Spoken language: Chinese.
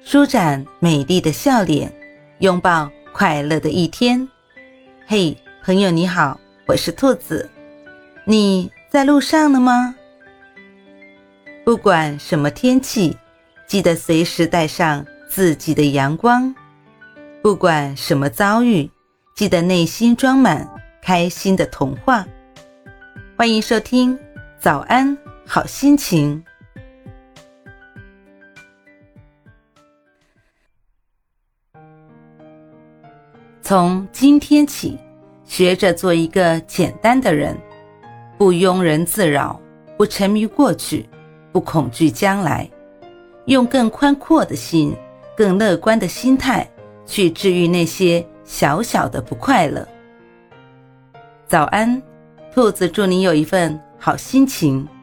舒展美丽的笑脸，拥抱快乐的一天。嘿，朋友你好，我是兔子，你在路上了吗？不管什么天气，记得随时带上自己的阳光。不管什么遭遇，记得内心装满开心的童话。欢迎收听早安好心情。从今天起，学着做一个简单的人，不庸人自扰，不沉迷过去，不恐惧将来，用更宽阔的心，更乐观的心态去治愈那些小小的不快乐。早安，兔子祝你有一份好心情。